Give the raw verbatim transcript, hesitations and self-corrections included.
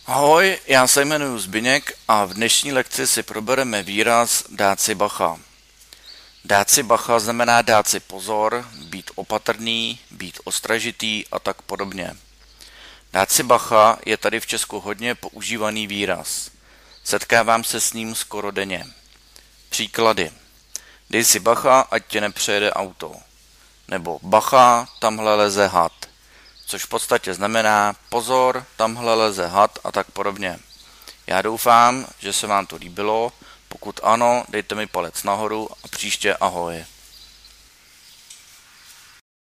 Ahoj, já se jmenuji Zbyněk a v dnešní lekci si probereme výraz dát si bacha. Dát si bacha znamená dát si pozor, být opatrný, být ostražitý a tak podobně. Dát si bacha je tady v Česku hodně používaný výraz. Setkávám se s ním skoro denně. Příklady. Dej si bacha, ať tě nepřejede auto. Nebo bacha, tamhle leze had. Což v podstatě znamená pozor, tamhle leze had a tak podobně. Já doufám, že se vám to líbilo. Pokud ano, dejte mi palec nahoru a příště ahoj.